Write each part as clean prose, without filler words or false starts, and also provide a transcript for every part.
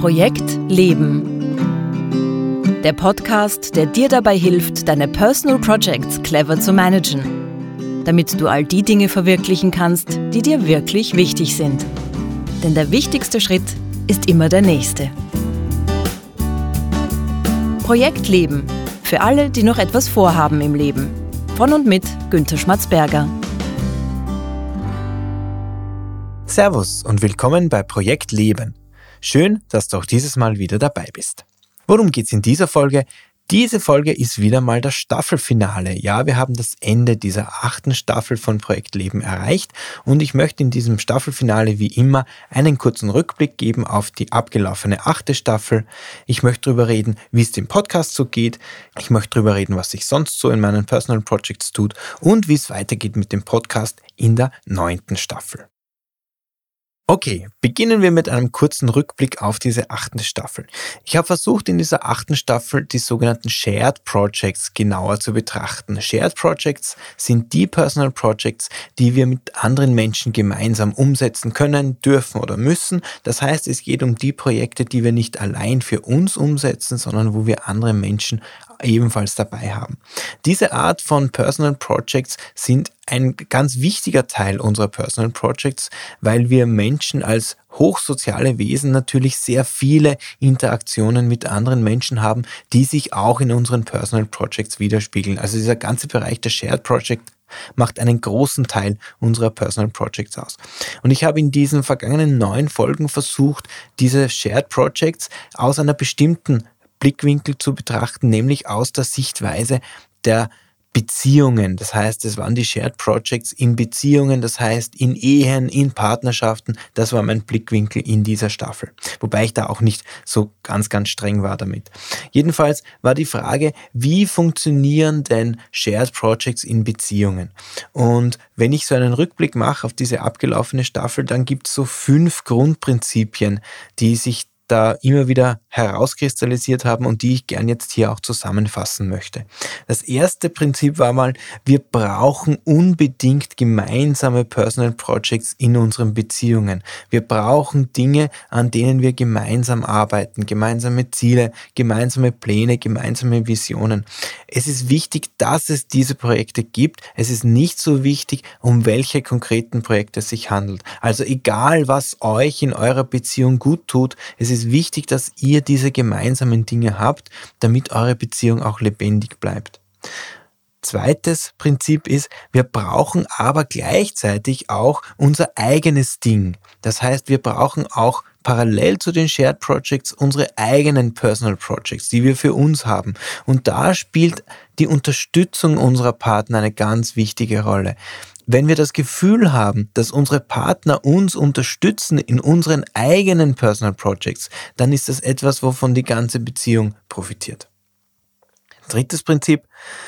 Projekt Leben. Der Podcast, der dir dabei hilft, deine Personal Projects clever zu managen, damit du all die Dinge verwirklichen kannst, die dir wirklich wichtig sind. Denn der wichtigste Schritt ist immer der nächste. Projekt Leben. Für alle, die noch etwas vorhaben im Leben. Von und mit Günther Schmatzberger. Servus und willkommen bei Projekt Leben. Schön, dass du auch dieses Mal wieder dabei bist. Worum geht's in dieser Folge? Diese Folge ist wieder mal das Staffelfinale. Ja, wir haben das Ende dieser 8. Staffel von Projekt Leben erreicht und ich möchte in diesem Staffelfinale wie immer einen kurzen Rückblick geben auf die abgelaufene 8. Staffel. Ich möchte darüber reden, wie es dem Podcast so geht. Ich möchte darüber reden, was sich sonst so in meinen Personal Projects tut und wie es weitergeht mit dem Podcast in der 9. Staffel. Okay, beginnen wir mit einem kurzen Rückblick auf diese 8. Staffel. Ich habe versucht, in dieser 8. Staffel die sogenannten Shared Projects genauer zu betrachten. Shared Projects sind die Personal Projects, die wir mit anderen Menschen gemeinsam umsetzen können, dürfen oder müssen. Das heißt, es geht um die Projekte, die wir nicht allein für uns umsetzen, sondern wo wir andere Menschen ebenfalls dabei haben. Diese Art von Personal Projects sind ein ganz wichtiger Teil unserer Personal Projects, weil wir Menschen als hochsoziale Wesen natürlich sehr viele Interaktionen mit anderen Menschen haben, die sich auch in unseren Personal Projects widerspiegeln. Also dieser ganze Bereich der Shared Project macht einen großen Teil unserer Personal Projects aus. Und ich habe in diesen vergangenen 9 Folgen versucht, diese Shared Projects aus einer bestimmten Blickwinkel zu betrachten, nämlich aus der Sichtweise der Beziehungen. Das heißt, es waren die Shared Projects in Beziehungen, das heißt in Ehen, in Partnerschaften. Das war mein Blickwinkel in dieser Staffel. Wobei ich da auch nicht so ganz streng war damit. Jedenfalls war die Frage, wie funktionieren denn Shared Projects in Beziehungen? Und wenn ich so einen Rückblick mache auf diese abgelaufene Staffel, dann gibt es so 5 Grundprinzipien, die sich da immer wieder herauskristallisiert haben und die ich gern jetzt hier auch zusammenfassen möchte. Das erste Prinzip war mal, wir brauchen unbedingt gemeinsame Personal Projects in unseren Beziehungen. Wir brauchen Dinge, an denen wir gemeinsam arbeiten, gemeinsame Ziele, gemeinsame Pläne, gemeinsame Visionen. Es ist wichtig, dass es diese Projekte gibt. Es ist nicht so wichtig, um welche konkreten Projekte es sich handelt. Also egal, was euch in eurer Beziehung gut tut, es ist wichtig, dass ihr diese gemeinsamen Dinge habt, damit eure Beziehung auch lebendig bleibt. Zweites Prinzip ist, wir brauchen aber gleichzeitig auch unser eigenes Ding. Das heißt, wir brauchen auch parallel zu den Shared Projects unsere eigenen Personal Projects, die wir für uns haben. Und da spielt die Unterstützung unserer Partner eine ganz wichtige Rolle. Wenn wir das Gefühl haben, dass unsere Partner uns unterstützen in unseren eigenen Personal Projects, dann ist das etwas, wovon die ganze Beziehung profitiert. Drittes Prinzip.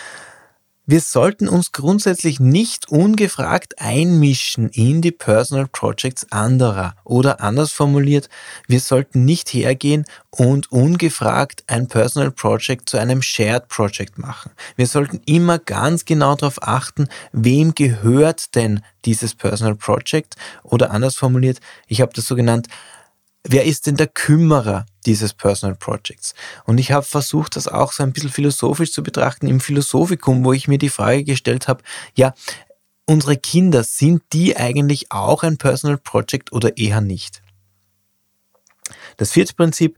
Wir sollten uns grundsätzlich nicht ungefragt einmischen in die Personal Projects anderer. Oder anders formuliert, wir sollten nicht hergehen und ungefragt ein Personal Project zu einem Shared Project machen. Wir sollten immer ganz genau darauf achten, wem gehört denn dieses Personal Project? Oder anders formuliert, ich habe das so genannt, wer ist denn der Kümmerer dieses Personal Projects? Und ich habe versucht, das auch so ein bisschen philosophisch zu betrachten im Philosophikum, wo ich mir die Frage gestellt habe, ja, unsere Kinder, sind die eigentlich auch ein Personal Project oder eher nicht? Das 4. Prinzip,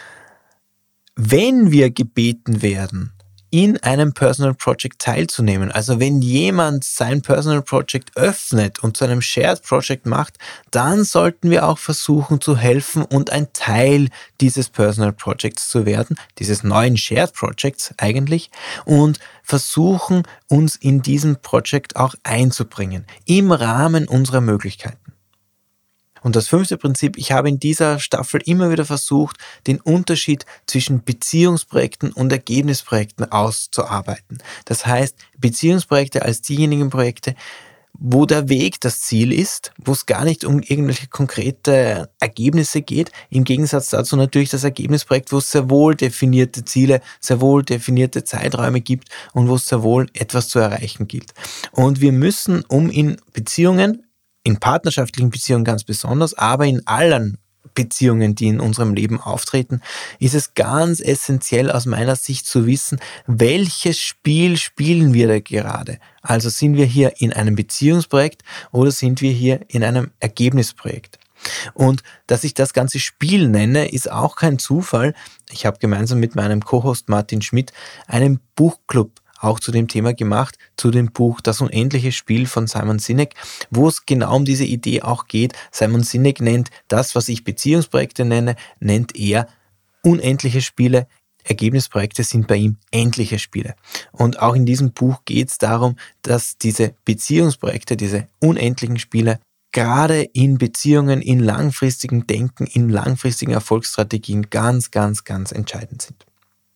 wenn wir gebeten werden, in einem Personal Project teilzunehmen. Also wenn jemand sein Personal Project öffnet und zu einem Shared Project macht, dann sollten wir auch versuchen zu helfen und ein Teil dieses Personal Projects zu werden, dieses neuen Shared Projects eigentlich, und versuchen uns in diesem Project auch einzubringen, im Rahmen unserer Möglichkeiten. Und das 5. Prinzip, ich habe in dieser Staffel immer wieder versucht, den Unterschied zwischen Beziehungsprojekten und Ergebnisprojekten auszuarbeiten. Das heißt, Beziehungsprojekte als diejenigen Projekte, wo der Weg das Ziel ist, wo es gar nicht um irgendwelche konkrete Ergebnisse geht. Im Gegensatz dazu natürlich das Ergebnisprojekt, wo es sehr wohl definierte Ziele, sehr wohl definierte Zeiträume gibt und wo es sehr wohl etwas zu erreichen gilt. Und wir müssen, um in Beziehungen, in partnerschaftlichen Beziehungen ganz besonders, aber in allen Beziehungen, die in unserem Leben auftreten, ist es ganz essentiell aus meiner Sicht zu wissen, welches Spiel spielen wir da gerade. Also sind wir hier in einem Beziehungsprojekt oder sind wir hier in einem Ergebnisprojekt? Und dass ich das ganze Spiel nenne, ist auch kein Zufall. Ich habe gemeinsam mit meinem Co-Host Martin Schmidt einen Buchclub auch zu dem Thema gemacht, zu dem Buch Das unendliche Spiel von Simon Sinek, wo es genau um diese Idee auch geht. Simon Sinek nennt das, was ich Beziehungsprojekte nenne, nennt er unendliche Spiele. Ergebnisprojekte sind bei ihm endliche Spiele. Und auch in diesem Buch geht es darum, dass diese Beziehungsprojekte, diese unendlichen Spiele, gerade in Beziehungen, in langfristigem Denken, in langfristigen Erfolgsstrategien ganz, ganz, ganz entscheidend sind.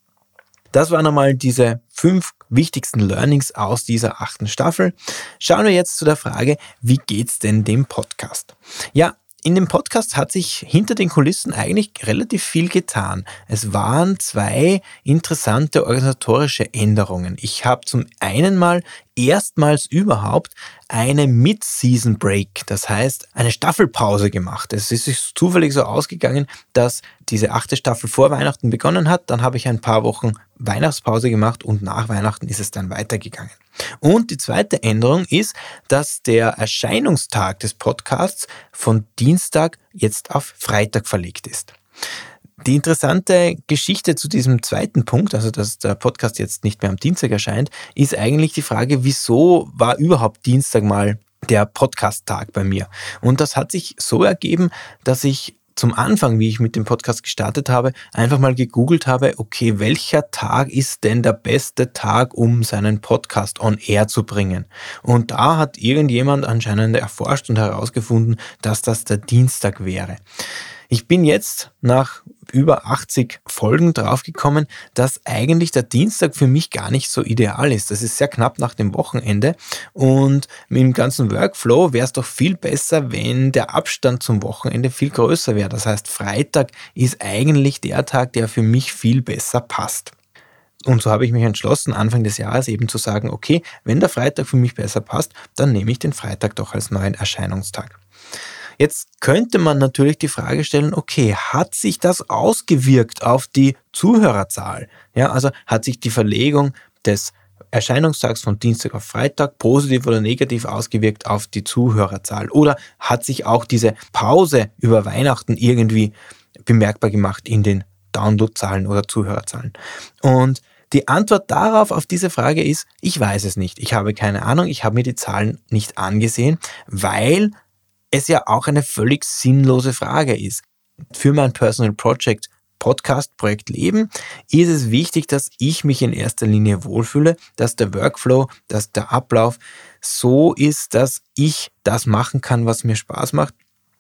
Das waren einmal diese 5 wichtigsten Learnings aus dieser 8. Staffel. Schauen wir jetzt zu der Frage, wie geht's denn dem Podcast? Ja, in dem Podcast hat sich hinter den Kulissen eigentlich relativ viel getan. Es waren 2 interessante organisatorische Änderungen. Ich habe zum einen mal erstmals überhaupt eine Mid-Season Break, das heißt eine Staffelpause gemacht. Es ist sich zufällig so ausgegangen, dass diese 8. Staffel vor Weihnachten begonnen hat. Dann habe ich ein paar Wochen Weihnachtspause gemacht und nach Weihnachten ist es dann weitergegangen. Und die zweite Änderung ist, dass der Erscheinungstag des Podcasts von Dienstag jetzt auf Freitag verlegt ist. Die interessante Geschichte zu diesem zweiten Punkt, also dass der Podcast jetzt nicht mehr am Dienstag erscheint, ist eigentlich die Frage, wieso war überhaupt Dienstag mal der Podcast-Tag bei mir? Und das hat sich so ergeben, dass ich zum Anfang, wie ich mit dem Podcast gestartet habe, einfach mal gegoogelt habe, okay, welcher Tag ist denn der beste Tag, um seinen Podcast on air zu bringen? Und da hat irgendjemand anscheinend erforscht und herausgefunden, dass das der Dienstag wäre. Ich bin jetzt nach über 80 Folgen draufgekommen, dass eigentlich der Dienstag für mich gar nicht so ideal ist. Das ist sehr knapp nach dem Wochenende und mit dem ganzen Workflow wäre es doch viel besser, wenn der Abstand zum Wochenende viel größer wäre. Das heißt, Freitag ist eigentlich der Tag, der für mich viel besser passt. Und so habe ich mich entschlossen, Anfang des Jahres eben zu sagen, okay, wenn der Freitag für mich besser passt, dann nehme ich den Freitag doch als neuen Erscheinungstag. Jetzt könnte man natürlich die Frage stellen, okay, hat sich das ausgewirkt auf die Zuhörerzahl? Ja, also hat sich die Verlegung des Erscheinungstags von Dienstag auf Freitag positiv oder negativ ausgewirkt auf die Zuhörerzahl? Oder hat sich auch diese Pause über Weihnachten irgendwie bemerkbar gemacht in den Downloadzahlen oder Zuhörerzahlen? Und die Antwort darauf, auf diese Frage ist, ich weiß es nicht. Ich habe keine Ahnung, ich habe mir die Zahlen nicht angesehen, weil es ja auch eine völlig sinnlose Frage ist. Für mein Personal Project Podcast-Projekt Leben ist es wichtig, dass ich mich in erster Linie wohlfühle, dass der Workflow, dass der Ablauf so ist, dass ich das machen kann, was mir Spaß macht.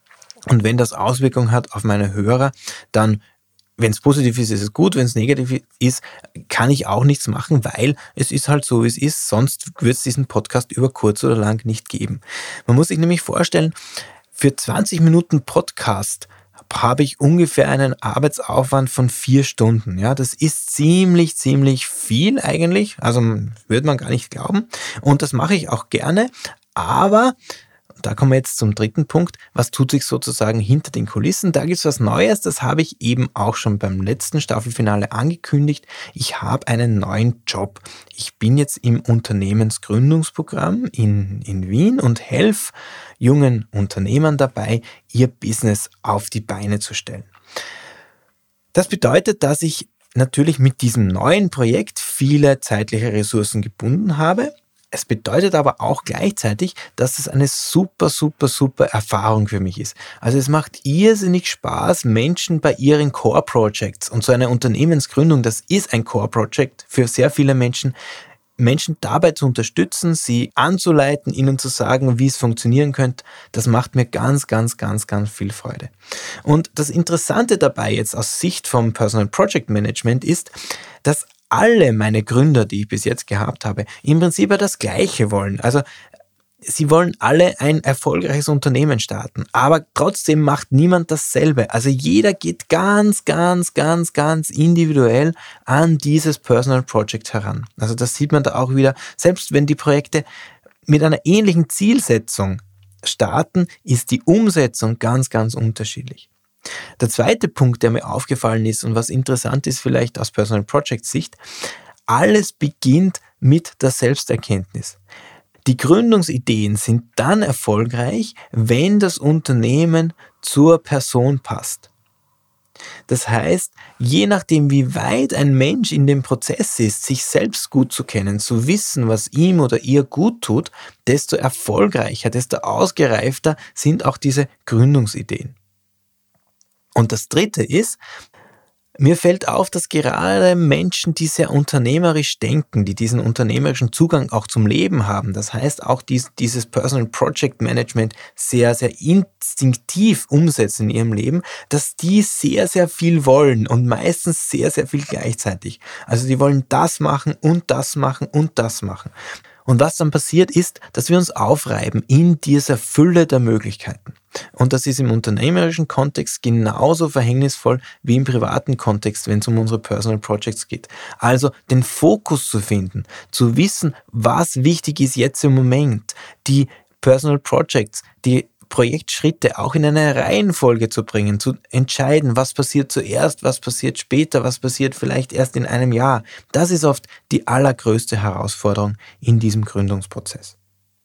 Und wenn das Auswirkungen hat auf meine Hörer, dann, wenn es positiv ist, ist es gut, wenn es negativ ist, kann ich auch nichts machen, weil es ist halt so, wie es ist, sonst wird es diesen Podcast über kurz oder lang nicht geben. Man muss sich nämlich vorstellen, für 20 Minuten Podcast habe ich ungefähr einen Arbeitsaufwand von 4 Stunden. Ja, das ist ziemlich viel eigentlich, also würde man gar nicht glauben. Und das mache ich auch gerne, aber da kommen wir jetzt zum dritten Punkt. Was tut sich sozusagen hinter den Kulissen? Da gibt es was Neues, das habe ich eben auch schon beim letzten Staffelfinale angekündigt. Ich habe einen neuen Job. Ich bin jetzt im Unternehmensgründungsprogramm in Wien und helfe jungen Unternehmern dabei, ihr Business auf die Beine zu stellen. Das bedeutet, dass ich natürlich mit diesem neuen Projekt viele zeitliche Ressourcen gebunden habe. Es bedeutet aber auch gleichzeitig, dass es eine super Erfahrung für mich ist. Also es macht irrsinnig Spaß, Menschen bei ihren Core-Projects, und so eine Unternehmensgründung, das ist ein Core-Project für sehr viele Menschen dabei zu unterstützen, sie anzuleiten, ihnen zu sagen, wie es funktionieren könnte. Das macht mir ganz viel Freude. Und das Interessante dabei jetzt aus Sicht vom Personal Project Management ist, dass alle meine Gründer, die ich bis jetzt gehabt habe, im Prinzip das Gleiche wollen. Also sie wollen alle ein erfolgreiches Unternehmen starten, aber trotzdem macht niemand dasselbe. Also jeder geht ganz individuell an dieses Personal Project heran. Also das sieht man da auch wieder. Selbst wenn die Projekte mit einer ähnlichen Zielsetzung starten, ist die Umsetzung ganz unterschiedlich. Der zweite Punkt, der mir aufgefallen ist und was interessant ist vielleicht aus Personal Projects Sicht, alles beginnt mit der Selbsterkenntnis. Die Gründungsideen sind dann erfolgreich, wenn das Unternehmen zur Person passt. Das heißt, je nachdem, wie weit ein Mensch in dem Prozess ist, sich selbst gut zu kennen, zu wissen, was ihm oder ihr gut tut, desto erfolgreicher, desto ausgereifter sind auch diese Gründungsideen. Und das Dritte ist, mir fällt auf, dass gerade Menschen, die sehr unternehmerisch denken, die diesen unternehmerischen Zugang auch zum Leben haben, das heißt auch dieses Personal Project Management sehr, sehr instinktiv umsetzen in ihrem Leben, dass die sehr, sehr viel wollen und meistens sehr, sehr viel gleichzeitig. Also die wollen das machen und das machen und das machen. Und was dann passiert ist, dass wir uns aufreiben in dieser Fülle der Möglichkeiten. Und das ist im unternehmerischen Kontext genauso verhängnisvoll wie im privaten Kontext, wenn es um unsere Personal Projects geht. Also den Fokus zu finden, zu wissen, was wichtig ist jetzt im Moment, die Personal Projects, die Projektschritte auch in eine Reihenfolge zu bringen, zu entscheiden, was passiert zuerst, was passiert später, was passiert vielleicht erst in einem Jahr. Das ist oft die allergrößte Herausforderung in diesem Gründungsprozess.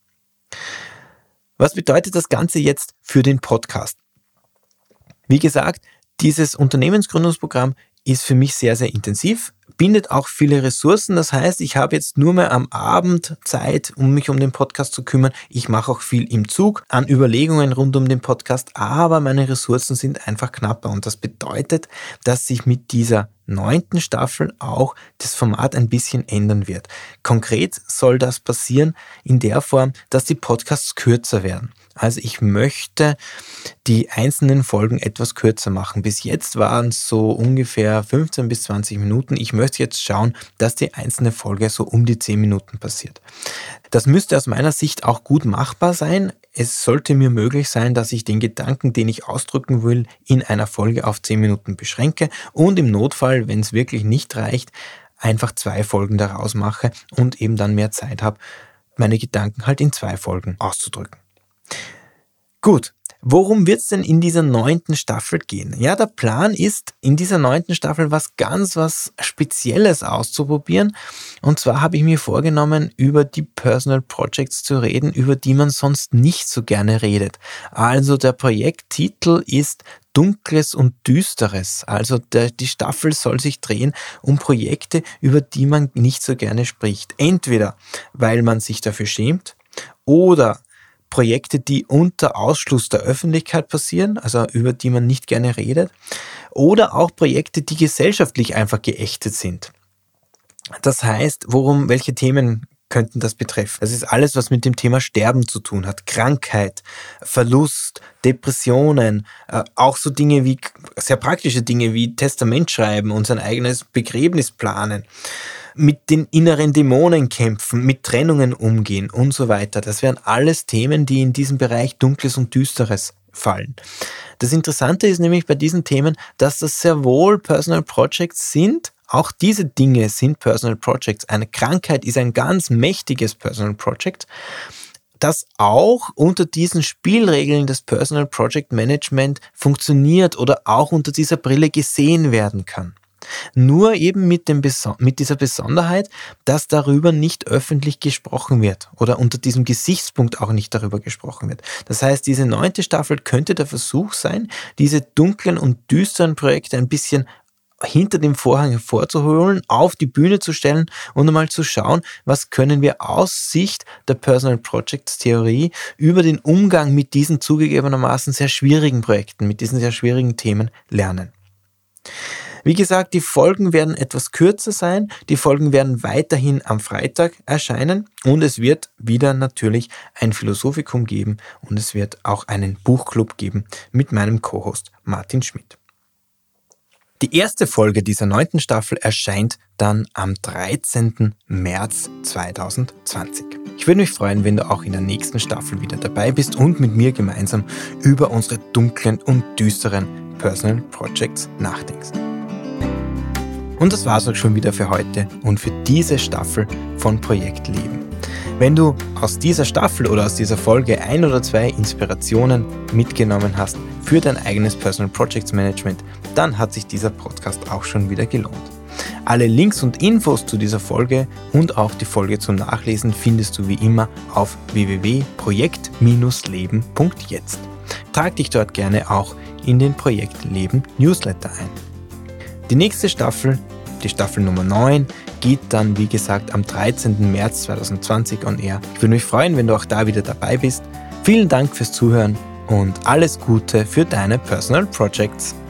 Was bedeutet das Ganze jetzt für den Podcast? Wie gesagt, dieses Unternehmensgründungsprogramm ist für mich sehr, sehr intensiv, bindet auch viele Ressourcen. Das heißt, ich habe jetzt nur mehr am Abend Zeit, um mich um den Podcast zu kümmern. Ich mache auch viel im Zug an Überlegungen rund um den Podcast, aber meine Ressourcen sind einfach knapper. Und das bedeutet, dass sich mit dieser 9. Staffel auch das Format ein bisschen ändern wird. Konkret soll das passieren in der Form, dass die Podcasts kürzer werden. Also ich möchte die einzelnen Folgen etwas kürzer machen. Bis jetzt waren es so ungefähr 15 bis 20 Minuten. Ich möchte jetzt schauen, dass die einzelne Folge so um die 10 Minuten passiert. Das müsste aus meiner Sicht auch gut machbar sein. Es sollte mir möglich sein, dass ich den Gedanken, den ich ausdrücken will, in einer Folge auf 10 Minuten beschränke und im Notfall, wenn es wirklich nicht reicht, einfach 2 Folgen daraus mache und eben dann mehr Zeit habe, meine Gedanken halt in 2 Folgen auszudrücken. Gut, worum wird es denn in dieser 9. Staffel gehen? Ja, der Plan ist, in dieser 9. Staffel was Spezielles auszuprobieren. Und zwar habe ich mir vorgenommen, über die Personal Projects zu reden, über die man sonst nicht so gerne redet. Also der Projekttitel ist Dunkles und Düsteres. Also die Staffel soll sich drehen um Projekte, über die man nicht so gerne spricht. Entweder, weil man sich dafür schämt oder Projekte, die unter Ausschluss der Öffentlichkeit passieren, also über die man nicht gerne redet, oder auch Projekte, die gesellschaftlich einfach geächtet sind. Das heißt, welche Themen könnten das betreffen? Das ist alles, was mit dem Thema Sterben zu tun hat. Krankheit, Verlust, Depressionen, auch so Dinge wie, sehr praktische Dinge wie Testament schreiben und sein eigenes Begräbnis planen. Mit den inneren Dämonen kämpfen, mit Trennungen umgehen und so weiter. Das wären alles Themen, die in diesem Bereich Dunkles und Düsteres fallen. Das Interessante ist nämlich bei diesen Themen, dass das sehr wohl Personal Projects sind. Auch diese Dinge sind Personal Projects. Eine Krankheit ist ein ganz mächtiges Personal Project, das auch unter diesen Spielregeln des Personal Project Management funktioniert oder auch unter dieser Brille gesehen werden kann. Nur eben mit dieser Besonderheit, dass darüber nicht öffentlich gesprochen wird oder unter diesem Gesichtspunkt auch nicht darüber gesprochen wird. Das heißt, diese 9. Staffel könnte der Versuch sein, diese dunklen und düsteren Projekte ein bisschen hinter dem Vorhang hervorzuholen, auf die Bühne zu stellen und einmal zu schauen, was können wir aus Sicht der Personal Projects Theorie über den Umgang mit diesen zugegebenermaßen sehr schwierigen Projekten, mit diesen sehr schwierigen Themen lernen. Wie gesagt, die Folgen werden etwas kürzer sein, die Folgen werden weiterhin am Freitag erscheinen und es wird wieder natürlich ein Philosophikum geben und es wird auch einen Buchclub geben mit meinem Co-Host Martin Schmidt. Die erste Folge dieser 9. Staffel erscheint dann am 13. März 2020. Ich würde mich freuen, wenn du auch in der nächsten Staffel wieder dabei bist und mit mir gemeinsam über unsere dunklen und düsteren Personal Projects nachdenkst. Und das war's auch schon wieder für heute und für diese Staffel von Projekt Leben. Wenn du aus dieser Staffel oder aus dieser Folge 1 oder 2 Inspirationen mitgenommen hast für dein eigenes Personal Projects Management, dann hat sich dieser Podcast auch schon wieder gelohnt. Alle Links und Infos zu dieser Folge und auch die Folge zum Nachlesen findest du wie immer auf www.projekt-leben.jetzt. Trag dich dort gerne auch in den Projekt Leben Newsletter ein. Die nächste Staffel, die Staffel Nummer 9, geht dann wie gesagt am 13. März 2020 on air. Ich würde mich freuen, wenn du auch da wieder dabei bist. Vielen Dank fürs Zuhören und alles Gute für deine Personal Projects.